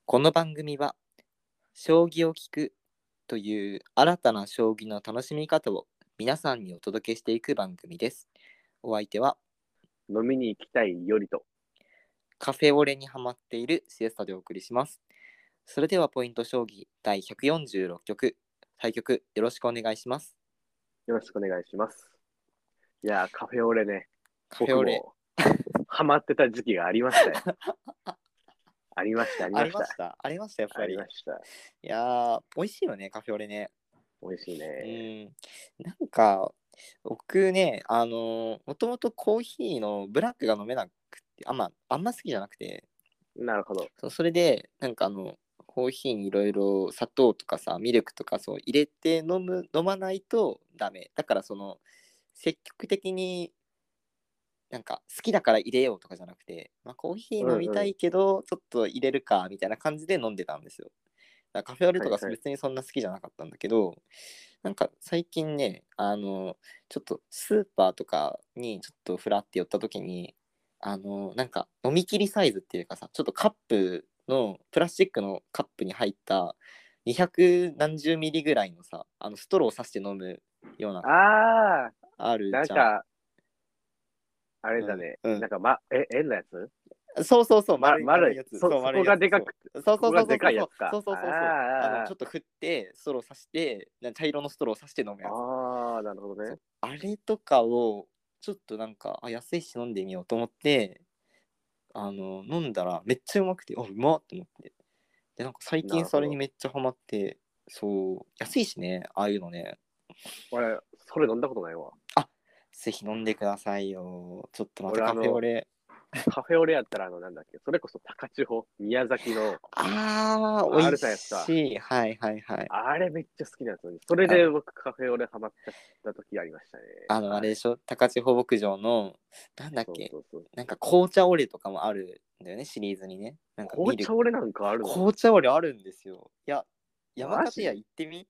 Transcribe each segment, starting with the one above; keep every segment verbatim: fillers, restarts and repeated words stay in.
この番組は将棋を聞くという新たな将棋の楽しみ方を皆さんにお届けしていく番組です。お相手は飲みに行きたいよりと。 カフェオレにハマっているシエスタでお送りします。それではポイント将棋だいひゃくよんじゅうろっきょく、対局よろしくお願いします。 よろしくお願いします。いやー、カフェオレね。 カフェオレ僕もハマってた時期がありましたよ。ありました、ありあました。 りましたありましたやっぱり。いありました。 やー美味しいよねカフェオレね。 美味しいうね。 んなんか僕ねあのもともとコーヒーのブラックが飲めなくてあんまあんま好きじゃなくて、 なるほど。 そうそれでなんかあのコーヒーにいろいろ砂糖とかさミルクとかそう入れて飲む飲まないとダメだから、その積極的になんか好きだから入れようとかじゃなくて、まあ、コーヒー飲みたうんうん。 いけどちょっと入れるかみたいな感じで飲んでたんですよ。だからカフェオレとかはいはい。 別にそんな好きじゃなかったんだけど、なんか最近ねあのちょっとスーパーとかにちょっとフラって寄った時に、あのなんか飲み切りサイズっていうかさ、ちょっとカップのプラスチックのカップに入ったにひゃく何十ミリぐらいのさ、あのストローをさして飲むようなあー、 あるじゃん。 なんか、あれうんだね。 うんなんか、ま、え、円のやつそうそうそう、 ま、 丸い丸丸い。 いやつ、 そ、 そうそこが丸いやつ、そでかくて、 うそうそうそこがでそうそうそうそうかいやつか。あーそうそうそう、あのちょあっと振ってストローさしてな茶色のストローさして飲むー、 やつ。 あー、なるほどね。 そうあれとかをちょっとなんかあ安いし飲んでみようと思ってあの飲んだらめっちゃうまくて、あうまっと思って、でなんか最近それになるほど。 めっちゃハマって、そう安いしねああいうのね。 俺、それ飲んだことないわ。 あぜひ飲んでくださいよ。ちょっとまた俺、あカフェオの、 レ。 カフェオレやったら、あの、なんだっけ、それこそ高千穂、宮崎の、 あー美味あるじゃないですか。 しい、はいはいはい。 あれめっちゃ好きなんですよね。それあで僕カフェオレハマっちゃった時ありましたね。 あの、ああれ。 れでしょ、高千穂牧場の、なんだっけ、 そうそうそうそう。 なんか紅茶オレとかもあるんだよね、シリーズにね。なんか紅ミルク、 茶オレなんかあるの？ 紅茶オレあるんですよ。いや、山形屋マジ？ 行ってみ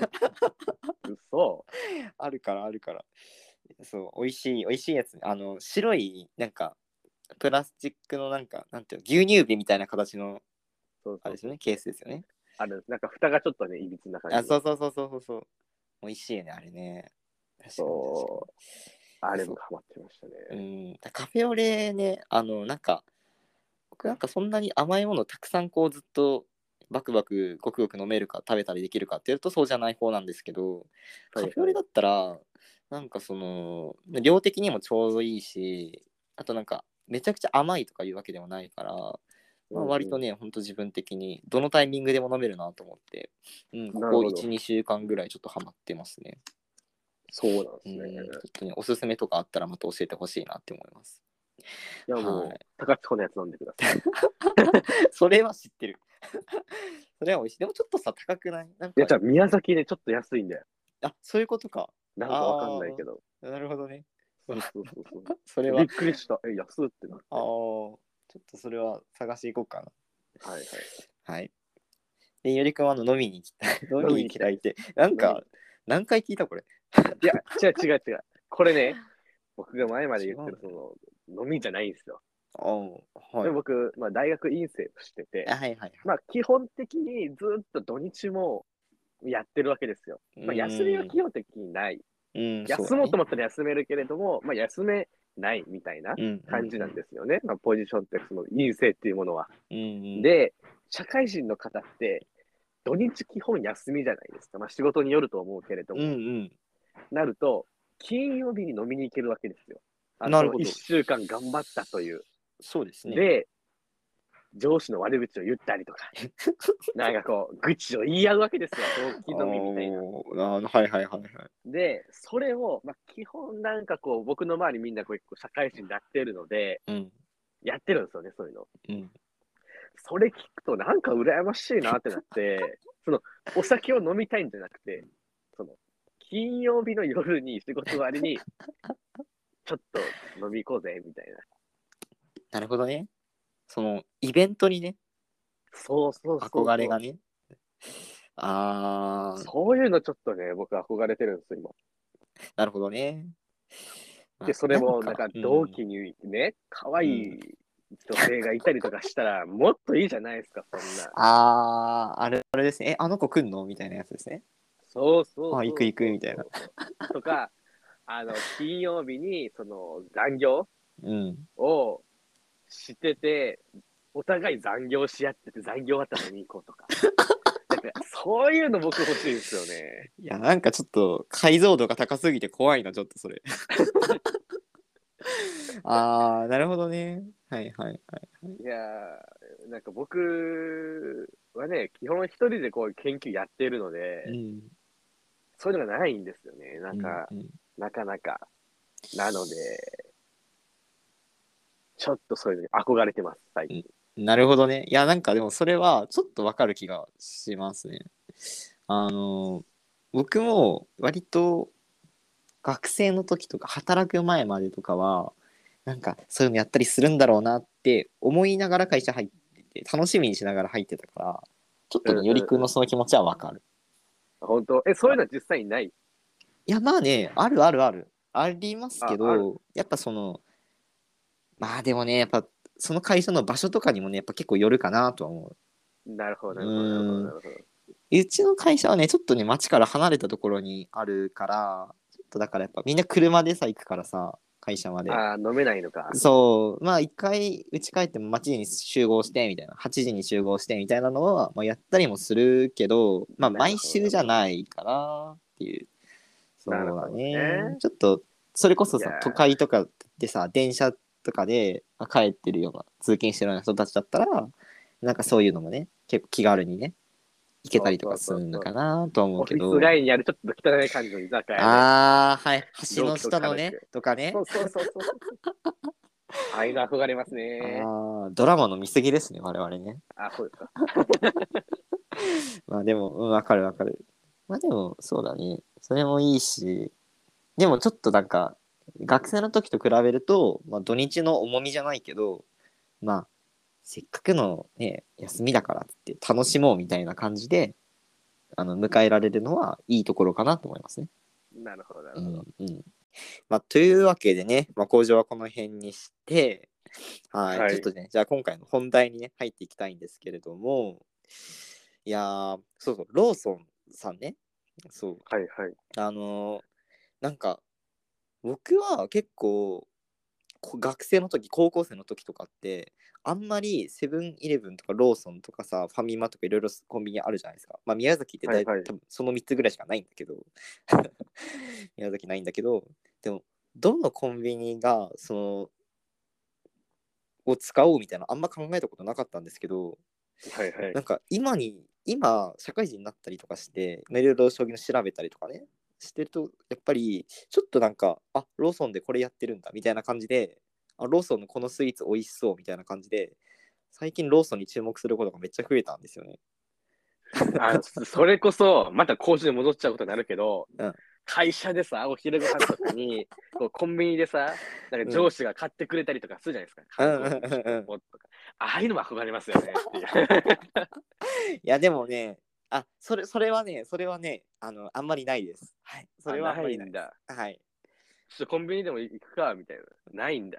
嘘。 あるから、あるから。そう、美味しい、美味しいやつ。あの、白い、なんか、プラスチックのなんか、なんていうの、牛乳瓶みたいな形の、 そうあれですよね、ケーそうそうそう。 スですよね。 ある。なんか蓋がちょっとね、いびつな感あ、 じの。 そうそうそうそうそうそう。美味しいよね、あれね。確かに確かに。 そう。あれそう。 僕ハマってましたね。 うん、カフェオレね、あの、なんか、僕なんかそんなに甘いものたくさんこうずっとバクバクごくごく飲めるか食べたりできるかっていうとそうじゃない方なんですけど、 はいはい。 カフェオレだったらなんかその量的にもちょうどいいし、あとなんかめちゃくちゃ甘いとかいうわけでもないから、まあ、割とうんうねほんと自分的にどのタイミングでも飲めるなと思って、うん、 ん。 ここなるほど。 いち、にしゅうかんぐらいちょっとハマってますね。 そうなんですね。 うん、ちょっとねおすすめとかあったらまた教えてほしいなって思います。 いやもう、 はい。 高千穂のやつ飲んでください。 それは知ってる。それは美味しい。でもちょっとさ、高くないなんいや、 か、 じゃあ宮崎でちょっと安いんだよ。 あ、そういうことか。 なんかわかんあないけど。 あ、なるほどね。 そうそうそうそう。 それは、 びっくりした。え、安っってなっああ、 て。 ちょっとそれは探していこうかな。 はいはい。 はい。で、よりくんはあの飲みに行きたい。飲みに飲みに行きたいです。 行きたいって、なん飲みに。 か、何回聞いたこれ。 いや、違う違う違う。これね、僕が前まで言ってる、 違うんだ。 その、飲みじゃないんですよ。 ああ、はい。 でも僕、まあ、大学院生としてて、 あ、はいはいはい。 まあ、基本的にずっと土日もやってるわけですよ。 うまあ、休みはーん、 基本的にない。 うーん、そう休もうとだね。 思ったら休めるけれども、まあ、休めないみたいなうん、うん、 感じなんですよね。まあ、ポジションって、その院生っていうものは。 うん。うん、うん。 で、社会人の方って、土日基本休みじゃないですか。まあ、仕事によると思うけれどうん、 も。 うん。 なると、金曜日に飲みに行けるわけですよ。あの、その一なるほど。 週間頑張ったという。 そうですね。 で、上司の悪口を言ったりとか、なんかこう、愚痴を言い合うわけですよ。同期飲みみたいな。 ああ、はいはいはいはい。 で、それを、まあ、基本なんかこう、僕の周りみんなこう、社会人になってるので、 うん、 やってるんですよね、そういうの。 うん。 それ聞くとなんか羨ましいなってなって、その、お酒を飲みたいんじゃなくて、その、金曜日の夜に仕事終わりに、ちょっと飲み行こうぜ、みたいな。 なるほどね。そのイベントにね、 そうそうそうそう。 憧れがね。あー、 そういうのちょっとね、僕憧れてるんですよ、今。 なるほどね。まで、 あ、 それなんか、 もなんかうん、 同期にね、可愛うん、 い女性がいたりとかしたら、もっといいじゃないですか、そんな。 あー、あれ、あれですね。え、あの子来んのみたいなやつですね。 そうそうあ、行くそう行くみたいな。 そうそう。とか、あの、金曜日に、その、残業うん。 をしてて、お互い残業し合ってて、残業終わったら飲み行こうとか。なんか、そういうの僕欲しいんですよね。 いや、なんかちょっと解像度が高すぎて怖いな、ちょっとそれ。あー、なるほどね。はいはいはいはい。 いやー、なんか僕はね、基本一人でこう研究やってるので、 うん。 そういうのがないんですよね。なうんんか、 うん。 なかなか。なので、ちょっとそういうのに憧れてます、最近。 なるほどね。いや、なんかでもそれはちょっとわかる気がしますね。あの、僕も割と学生の時とか働く前までとかは、なんかそういうのやったりするんだろうなって思いながら会社入ってて、楽しみにしながら入ってたから、ちょっとね、 うんよりくんのうんうん。 その気持ちはわかる。 本当え、そういうのは実際にない？ いや、まあね、あるあるある。ありますけあ、ある。 ど、やっぱその、まあでもね、やっぱその会社の場所とかにもね、やっぱ結構よるかなとは思なるほど、 う。 なるほど、なるほど、 うーん。 なるほど。 うちの会社はね、ちょっとね、町から離れたところにあるから、ちょっとだからやっぱみんな車でさ、行くからさ、会社まで。 あー、飲めないのか。 そう、まあ一回家帰っても町に集合してみたいな、はちじに集合してみたいなのは、まあ、やったりもするけど、まあなるほど、な毎週じゃるほど。 ないかなっていう。そうだなるほどね。 ね。 ちょっと、それこそいやさ、都会とかでさ、電車とかでまあ帰ってるような、通勤してるような人たちだったら、なんかそういうのもね、結構気軽にね、行けたそうりとかするのそうそうそう。 かなとは思うオフィスけど、 街にあるちょっと汚い感じの居酒屋で、 あー、はい、橋の同期と下のね、 軽く。 とかね。 そうそうそうそうそう。ああいうの憧れますね。 あー、ドラマの見過ぎですね、我々ね。 あ、そうですか。 まあでも、うん、わかるわかる。まあでも、そうだね。それもいいし、でもちょっとなんか、学生の時と比べると、まあ土日の重みじゃないけど、まあ、せっかくのね、休みだからって楽しもうみたいな感じで、あの、迎えられるのはいいところかなと思いますね。 なるほど、なうんるほど。 うん。まあ、というわけでね、まあ、工場はこの辺にして、はい、 はい。 ちょっとね、じゃあ今回の本題にね、入っていきたいんですけれども、いやー、そうそう、ローソンさんね、そう、 はい、はい。 あのーなんか、僕は結構、こ学生の時、高校生の時とかって、あんまりセブンイレブンとかローソンとかさ、ファミマとかいろいろコンビニあるじゃないですか。まあ、宮崎ってはい、 大はい。 多分そのみっつぐらいしかないんだけど、宮崎ないんだけど、でも、どのコンビニが、その、を使おうみたいな、あんま考えたことなかったんですけど、 はい、はい。 なんか今に、今、社会人になったりとかして、いろいろ将棋の調べたりとかね、してると、やっぱり、ちょっとなんか、あ、ローソンでこれやってるんだ、みたいな感じで、あ、ローソンのこのスイーツ美味しそう、みたいな感じで、最近ローソンに注目することがめっちゃ増えたんですよね。 あ、そそれこそ、また工場に戻っちゃうことになるけど、 うん。 会社でさ、お昼ご飯とかに、こうコンビニでさ、なんかうん。 上司が買ってくれたりとかするじゃないですか。缶コーうんうんヒーちょっとうんうん。 ポッとか。ああいうのも憧れますよねっていう。 いや、でもね、あ、それ、それはね、それはね、あの、あんまりないです。はい。そあ、 れはあんなまりないです。 いんだ。 はい。 ちょっとコンビニでも行くか、みたいな。ないんだ。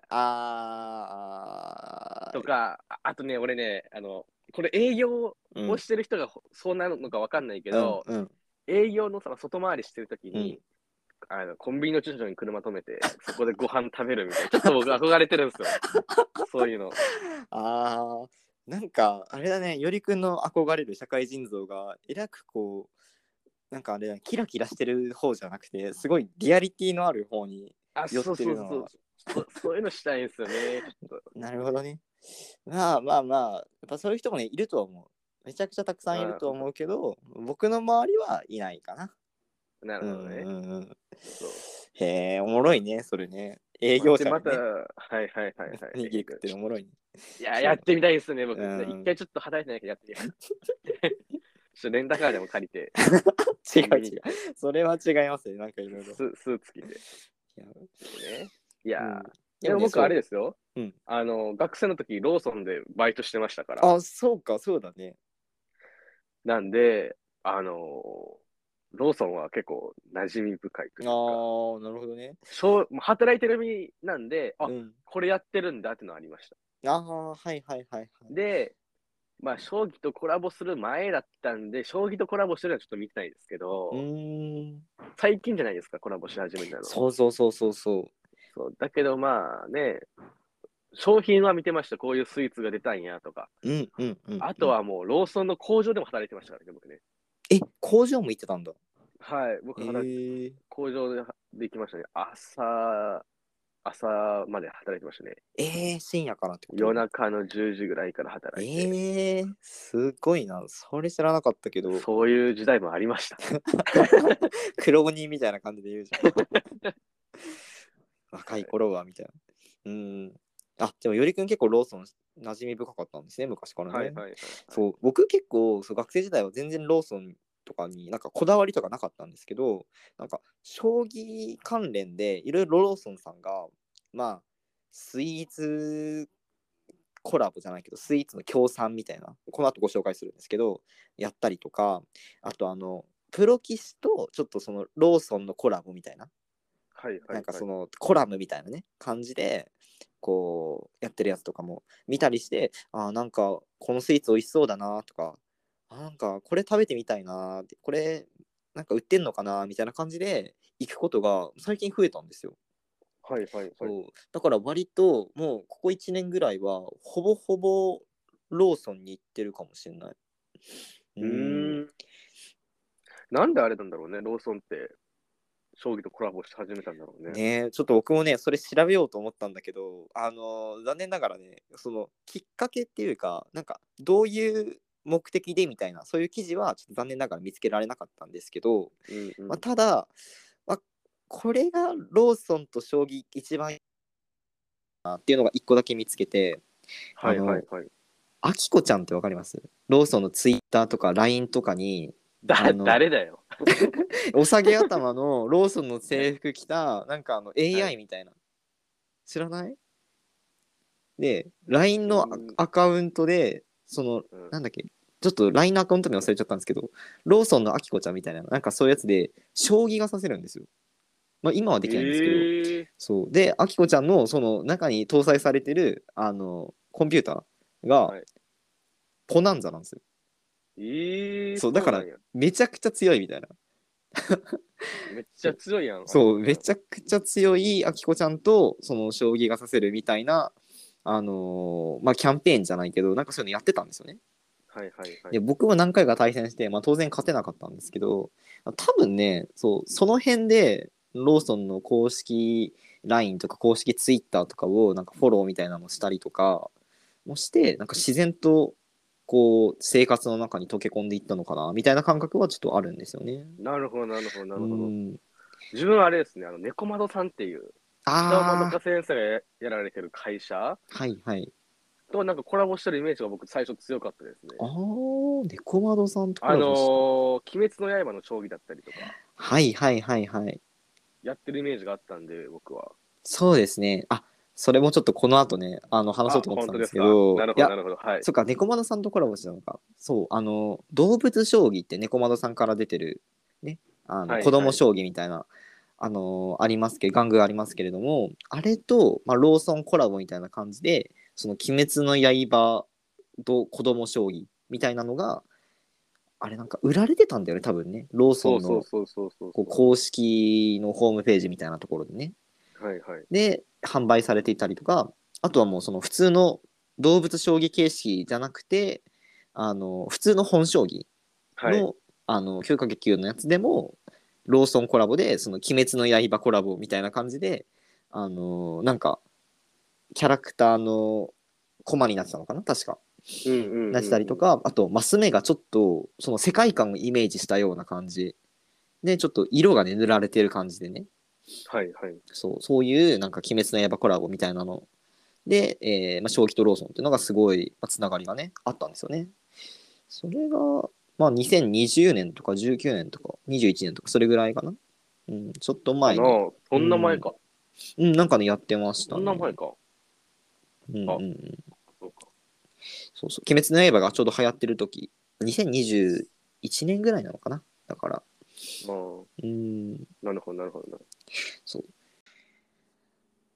あー、 とか、ああとね、俺ね、あの、これ営業うん、 をしてる人がほそうなるのかわかんないけうん、 ど、 うん、 営業のさ、外回りしてるときうん。 に、あの、コンビニの駐車場に車止めて、そこでご飯食べるみたいな。ちょっと僕憧れてるんですよ。そういうの。 あー、なんか、あれだね、よりくんの憧れる社会人像が、えらくこう、なんかあれだね、キラキラしてる方じゃなくて、すごいリアリティのある方にあ、 寄っそうそうそうそう。 てるのは、 そそういうのしたいんですよね。ちょっなるほどね。まあまあまあ、やっぱそういう人もね、いると思う。めちゃくちゃたくさと。あ、 んいると本当。 思うけど、僕の周りはいないかな。 なるうんほどね。 うんうん。 そへえ、おもろいね、それね。営う。まで、また、 業者でね、 はいはいはいはい。 おにぎり食ってるちのおもろいね。 いや、やってみたいですね、 う僕。一ん。 回ちょっと働いてないけどやってみよう。ちょっとレンタカーでも借りて、 違コンビう違う。 ニ行って、 それは違いますね、なんかいろいろ。 ススーツ着て。 いや、 ね。いやうん。 ー、 でもね、 でも僕あれそですよ。 う。うん。 あの、学生の時、ローソンでバイトしてましたから。 あ、そうか、そうだね。 なんで、あのローソンは結構馴染み深いとあいうか、 ー、なるほどね。 小働いてる身なんで、あ、 うん。 これやってるんだってのありました。 ああ、はいはいはいはい。 で、まあ、将棋とコラボする前だったんで、将棋とコラボしてるのはちょっと見てないですけうど、 ーん。 最近じゃないですか、コラボし始めたの。 そうそうそうそうそそう。だけどまあね、商品は見てました。こういうスイーツが出たんやとか。 う。うんうんうんうん。 あとはもうローソンの工場でも働いてましたからね、僕ね。 え、工場も行ってたんだ。 はい。僕働いて、 へえ。 工場でできましたね。朝、朝まで働いてましたね。 えー、深夜からってこ夜と？ 中のじゅうじぐらいから働いて。 えー、すごいな。それ知らなかったけど、 そういう時代もありました。 苦労人みたいな感じで言うじゃん。若いはい。 頃はみたいな。うん。あ、でもよりくん結構ローソン馴染み深かったんですね、昔からね。 はいはいはいはい。 そう、僕結構そう学生時代は全然ローソンとかになんかこだわりとかなかったんですけど、なんか将棋関連でいろいろローソンさんが、まあ、スイーツコラボじゃないけど、スイーツの協賛みたいな、この後ご紹介するんですけど、やったりとか、あとあの、プロ棋士とちょっとそのローソンのコラボみたいな、 はいはいはい。 なんかそのコラムみたいなね、感じで、こう、やってるやつとかも見たりして、あーなんかこのスイーツ美味しそうだなとか、あーなんかこれ食べてみたいなって、これなんか売ってんのかなみたいな感じで行くことが最近増えたんですよ。 はいはいはい。 そうだから割ともうここいちねんぐらいはほぼほぼローソンに行ってるかもしれない。ううん。 ーん。なんであれなんだろうね、ローソンって、将棋とコラボし始めたんだろうね。 ねえ、ちょっと僕もね、それ調べようと思ったんだけど、あのー残念ながらね、そのきっかけっていうか、なんかどういう目的でみたいな、そういう記事はちょっと残念ながら見つけられなかったんですけど、まあ、 うんうん。 ただ、まあ、これがローソンと将棋一番いいなっていうのが一個だけ見つけて、 はいはあの、 いはい。 あきこちゃんってわかります？ローソンのツイッターとか ライン とかに、あだ、 の、 誰だよ。 お下げ頭のローソンの制服着た、なんかあのはエーアイい。 みたいな。知らない？で、ライン の全アカウントで、その、 うん。 なんだっけ、ちょっと ライン のアカウント名忘れちゃったんですけど、ローソンのあきこちゃんみたいな、なんかそういうやつで、将棋がさせるんですよ。まあ、今はできないんですけど、 ええそう。で、あきこちゃんのその中に搭載されてる、あの、コンピューターが、 はい。 ポナンザなんですよ。 ええそう、だから、 そうなんや。 めちゃくちゃ強いみたいな。 めっちゃそう、 強いやん、あきそう、 こちゃん。 めちゃくちゃ強いあきこちゃんと、その将棋がさせるみたいな、あのーまあ、キャンペーンじゃないけど、なんかそういうのやってたんですよね。 はいはいはい。 で、僕も何回か対戦して、まあ、当然勝てなかったんですけど、多分ね、そう、その辺で、ローソンの公式 ライン とか公式 ツイッター とかをなんかフォローみたいなのしたりとかもして、なんか自然とこう生活の中に溶け込んでいったのかなみたいな感覚はちょっとあるんですよね。 なるほど、なるほど、なうるほど。 ん。 自分はあれですね、あの、猫窓さんっていう、北尾まどあか先生がややられてる会社ー、はいはい。 となんかコラボしてるイメージが僕最初強かったですね。 あー、ネコマドさんとコあのラボした。 ー、鬼滅の刃の将棋だったりとか、 はいはいはいはい。 やってるイメージがあったんで、僕は。 そうですね。あ、それもちょっとこの後ね、あの話そうあ、 と思ってたんです本当ですか。 けど、 なるほど、 いや、 なるほど。はい。 そっか、猫窓さんとコラボしてたのか。そう、あの、動物将棋って猫窓さんから出てる、ね、あの、 はい、はい。 子供将棋みたいな、あのありますけど、玩具ありますけれども、あれと、まあ、ローソンコラボみたいな感じで、その、鬼滅の刃と子供将棋みたいなのが、あれなんか売られてたんだよね、多分ね。ローソそうそうンのそうそうそうそう。 こう公式のホームページみたいなところでね。 はい、はい。 で販売されていたりとか、あとはもうその普通の動物将棋形式じゃなくて、あの普通の本将棋はい。 のあの きゅうかけきゅう のやつでもローソンコラボでその鬼滅の刃コラボみたいな感じで、あのなんかキャラクターのコマになってたのかな確か。 うんうんなってうんうん。 たりとか、あとマス目がちょっとその世界観をイメージしたような感じで、ちょっと色がね塗られてる感じでね、 はい、はい。 そうそういうなんか鬼滅の刃コラボみたいなので、えーまあ、正気とローソンっていうのがすごい、まあ、つながりがね、あったんですよね。それが、まあ、にせんにじゅうねんとかじゅうきゅうねんとかにじゅういちねんとか、それぐらいかな。うん、ちょっと前に、 かなそうん、 んな前か。 うん、なんかね、やってましそたね。 んな前か。 うんうんうあ、 ん。 そうか。 そうそう。鬼滅の刃がちょうど流行ってる時、にせんにじゅういちねんぐらいなのかな。だから、 まあ、 うん、 なるほど、なるほどな。 そう。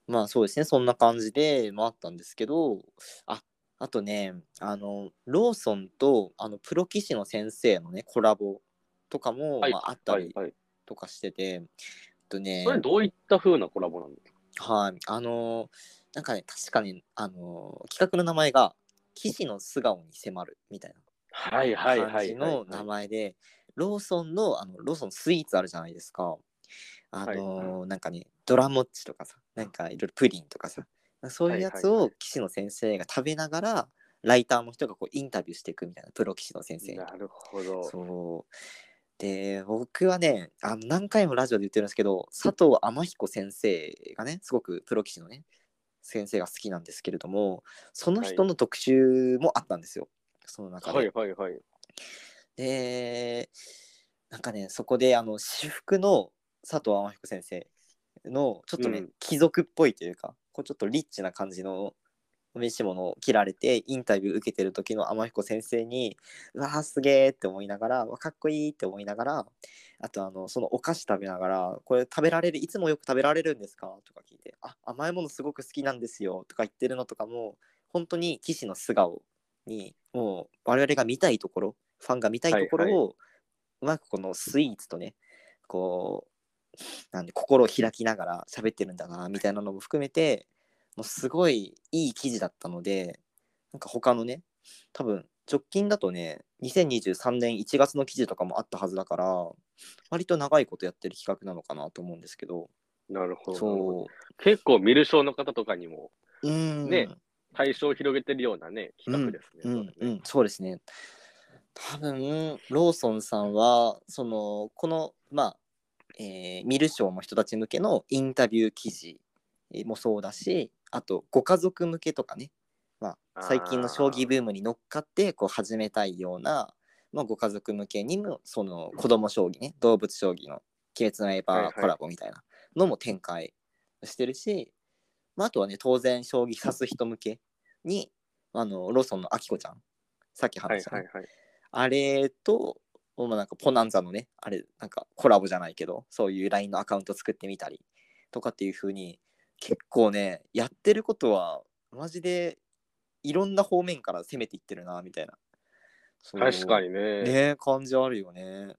まあそうですね、そんな感じで、まああったんですけど、あ、あとね、あの、ローソンとあのプロ棋士の先生のね、コラボとかも、 はいまあ、あったりはいはい。 とかしてて、えっとそれね、 どういった風なコラボなんですか？ はい、あの、なんかね、確かに、あの、企画の名前が、棋士の素顔に迫るみたいなはいはい感はいじの名はいはい。 前で、ローソンの、あの、ローソンスイーツあるじゃないですか。あはい。 のーなんかね、ドラモッチとかさ、なんかいろいろプリンとかさ、そういうはいやつはいはい。 を棋士の先生が食べながら、ライターの人がこうインタビューしていくみたいな、プロ棋士の先生に。 なるほど。 そう。で、僕はね、あの何回もラジオで言ってるんですけど、佐藤天彦先生がね、すごくプロ棋士のね、先生が好きなんですけれども、そのはい。 人の特集もあったんですよ、その中はいで。 はいはい。 で、なんかね、そこであの私服の佐藤天彦先生のちょっとねうん。 貴族っぽいというか、こうちょっとリッチな感じのお召し物を着られてインタビュー受けてる時の天彦先生に、うわーすげーって思いながら、わかっこいいって思いながら、あとあのそのお菓子食べながら、これ食べられる、いつもよく食べられるんですかとか聞いて、あ、甘いものすごく好きなんですよとか言ってるのとかも、本当に騎士の素顔に、もう我々が見たいところ、ファンが見たいとはいはい。 ころをうまくこのスイーツとね、こうなんで心を開きながら喋ってるんだなみたいなのも含めて、もうすごいいい記事だったので、なんか他のね、多分直近だとね、にせんにじゅうさんねんいちがつの記事とかもあったはずだから、割と長いことやってる企画なのかなと思うんですけど、 なるほどなるほど。 そ結構見る将の方とかにも、 う、うーね、 ん、 対象を広げてるようなね、 うん、 企画ですね、 うん、 それね。 うん、そうですね。多分、ローソンさんは、その、この、まあ、えー、見る賞の人たち向けのインタビュー記事もそうだし、あとご家族向けとかね、まあ、最近の将棋あブームに乗っかってこう始めたいような、まあ、ご家族向けにもその子供将棋ね、動物将棋の「鬼滅の刃」コあ、はいはい。 ラボみたいなのも展開してるし、まあ、あとはね当然将棋指す人向けにあのローソンのあきこちゃん、さっきはい話したね、 はいはい。 あれと、まあ、なんかポナンザのね、あれ、なんかコラボじゃないけど、そういう ライン のアカウント作ってみたりとかっていう風に、結構ね、やってることは、マジでいろんな方面から攻めていってるな、みたいな。そ確かにう、 ね。 ね、感じあるよね。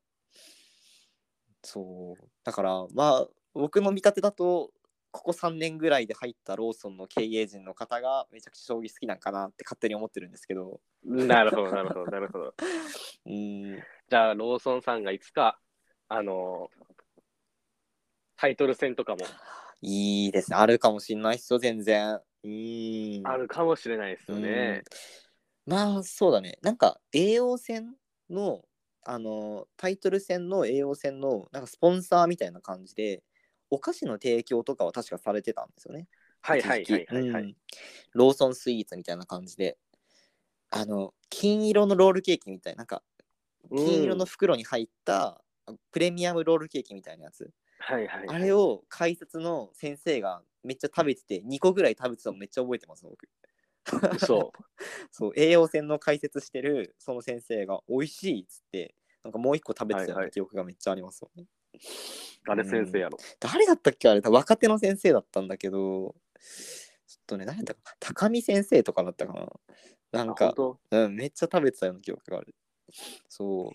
そう。だから、まあ、僕の見立てだと、ここさんねんぐらいで入ったローソンの経営陣の方がめちゃくちゃ将棋好きなんかなって勝手に思ってるんですけど。 なるほどなるほどなるほど。 うーん、 じゃあ、ローソンさんがいつか、あの、タイトル戦とかもいいですね。あるかもしんないっすよ、全然。うーん。 あるかもしれないですうーん。 よね。 まあ、そうだね。なんか、栄養戦の、あの、タイトル戦の栄養戦の、なんかスポンサーみたいな感じで、お菓子の提供とかは確かされてたんですよね。 はいはいは一時期。 いはいはい。 うん。ローソンスイーツみたいな感じで。あの、金色のロールケーキみたいな、なんか、 う金色のん。 袋に入ったプレミアムロールケーキみたいなやつ。 はいはいはい。 あれを解説の先生がめっちゃ食べてて、にこぐらい食べてたのめっちゃ覚えてます、僕。 そそう、栄養戦の解説してるその先生が美味しいっつって、なんかもう一個食べう。 てたようはいはい。 な記憶がめっちゃありますよね。う誰先生ん。 やろ。 誰だったっけあれ、若手の先生だったんだけど、ちょっとね、誰だったかな、高見先生とかだったかな。なあ、 んか、 本当？ うん、めっちゃ食べてたような記憶がある。そう。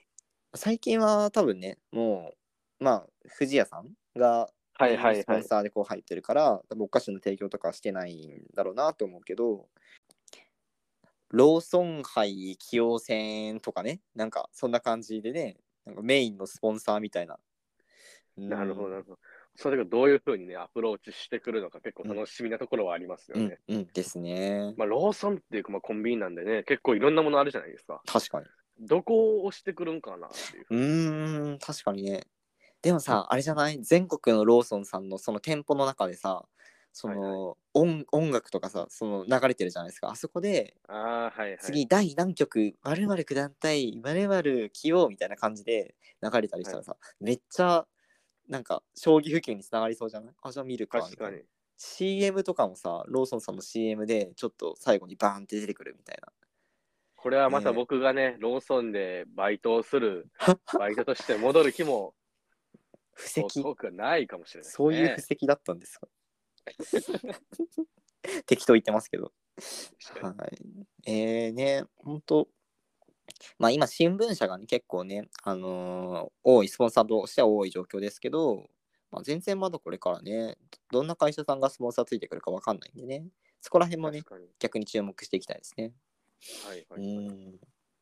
最近は多分ね、もう、まあ、藤屋さんがはいメインはいはい。 スポンサーでこう入ってるから、多分お菓子の提供とかはしてないんだろうなと思うけど、ローソン杯棋王戦とかね、なんかそんな感じでね、なんかメインのスポンサーみたいな。うなるほど、 ん、 なるほど。それがどういうふうにね、アプローチしてくるのか結構うん、 楽しみなところはありますようん、 ね。 うん、ですね。 まあ、ローソンっていうか、まあ、コンビニなんでね、結構いろんなものあるじゃないですか。 確かに。 どこを押してくるんかなっていうふううに。 ーん、確かにね。でもさ、あれじゃない、全国のローソンさんのその店舗の中でさ、そはいはい。 の音音楽とかさ、その流れてるじゃないですか。あそこで、 ああ、はいはい。 次、第何曲、〇〇九段対〇〇棋王みたいな感じで流れたりしはい。 たらさ、めっちゃなんか将棋普及につながりそうじゃない？あ、じゃあ見るかみたいな。 確かに。 シーエム とかもさ、ローソンさんの シーエム でちょっと最後にバーンって出てくるみたいな。 これはまたね僕がね、ローソンでバイトをする、 え。 バイトとして戻る気も、 布石、 そう遠くはないかもしれないですそういう布ね。 石だったんですか？ 適当言ってますけど。 確かに。 はい。えーね、本当まあ今新聞社がね結構ね、あのー多い、スポンサーとしては多い状況ですけど、まあ、全然まだこれからね、どんな会社さんがスポンサーついてくるかわかんないんでね、そこら辺もね、 確かに。 逆に注目していきたいですね。うはいはいはい。 ん。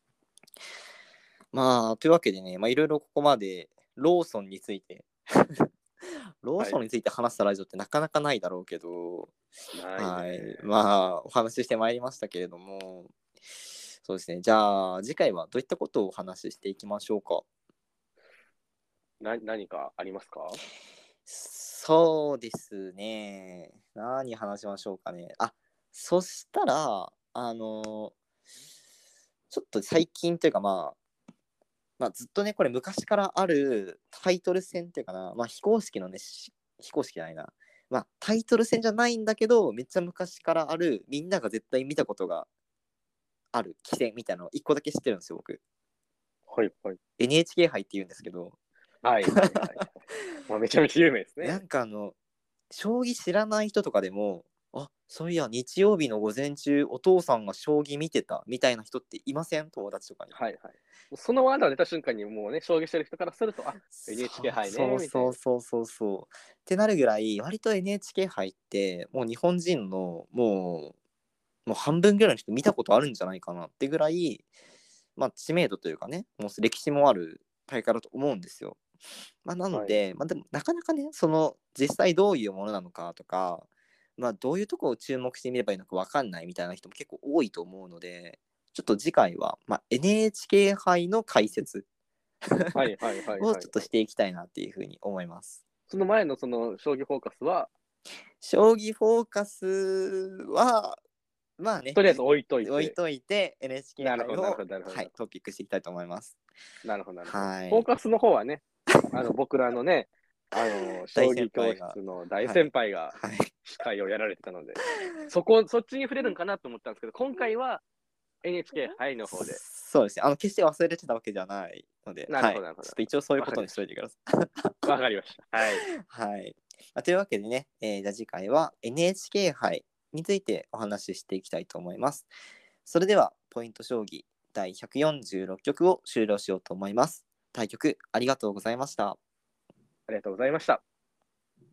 まあ、というわけでね、まあいろいろここまでローソンについてローはい。 ソンについて話したラジオってなかなかないだろうけど、 ないね。 はい、まあお話ししてまいりましたけれども、そうですね、じゃあ次回はどういったことをお話ししていきましょうか。 な、何かありますか？ そうですね、何話しましょうかね。あ、そしたら、あのちょっと最近というか、まあ、まあ、ずっとね、これ昔からあるタイトル戦っていうかな、まあ、非公式のね、し非公式じゃないな、まあ、タイトル戦じゃないんだけど、めっちゃ昔からある、みんなが絶対見たことがある棋戦みたいなのを一個だけ知ってるんですよ、僕。 はいはい。 エヌエイチケー 杯って言うんですけど、 はいはいはい。まあ、めちゃめちゃ有名ですなね。 んかあの、将棋知らない人とかでも、あ、そういや、日曜日の午前中、お父さんが将棋見てたみたいな人っていません？友達とかに。 はいはい。そのワードが出た瞬間にもうね、将棋してる人からすると、あ、エヌエイチケー 杯ね、 そうみたいな。 そうそうそうそう。ってなるぐらい、割と エヌエイチケー 杯って、もう日本人のもう、もう半分ぐらいの人見たことあるんじゃないかなってぐらい、まあ、知名度というかね、もう歴史もある大会だと思うんですよ。まあ、なのはい。 で、まあ、でもなかなかね、その実際どういうものなのかとか、まあ、どういうところを注目してみればいいのか分かんないみたいな人も結構多いと思うので、ちょっと次回は、まあ、エヌエイチケー 杯の解説はいはいはいはいはい。 をちょっとしていきたいなっていうふうに思います。 その前のその将棋フォーカスは、 将棋フォーカスは、まあね、 とりあえず置いといて。 置いといて エヌエイチケーなるほどなる杯を、 ほどなるほど。 はい、トピックしていきたいと思います。 なるほどなるほど。 はい。 フォーカスの方はね、あの、僕らのね、あの、将大先棋教輩が、 室の大はい。 先輩がはい。 司会をやられてたので、そこ、そっちに触れるんかなと思ったんですけど、今回は エヌエイチケー 杯の方で。 そうですね。あの、決して忘れてたわけじゃないので、はい。 なるほどなるほど。 ちょっと一応そういうことにしわかりましといてください。 た。わかりました。はい。 はい。まあというわけでね、えーじゃあ次回は エヌエイチケー 杯についてお話ししていきたいと思います。それでは、ポイント将棋だいひゃくよんじゅうろっきょくを終了しようと思います。対局ありがとうございました。 ありがとうございました。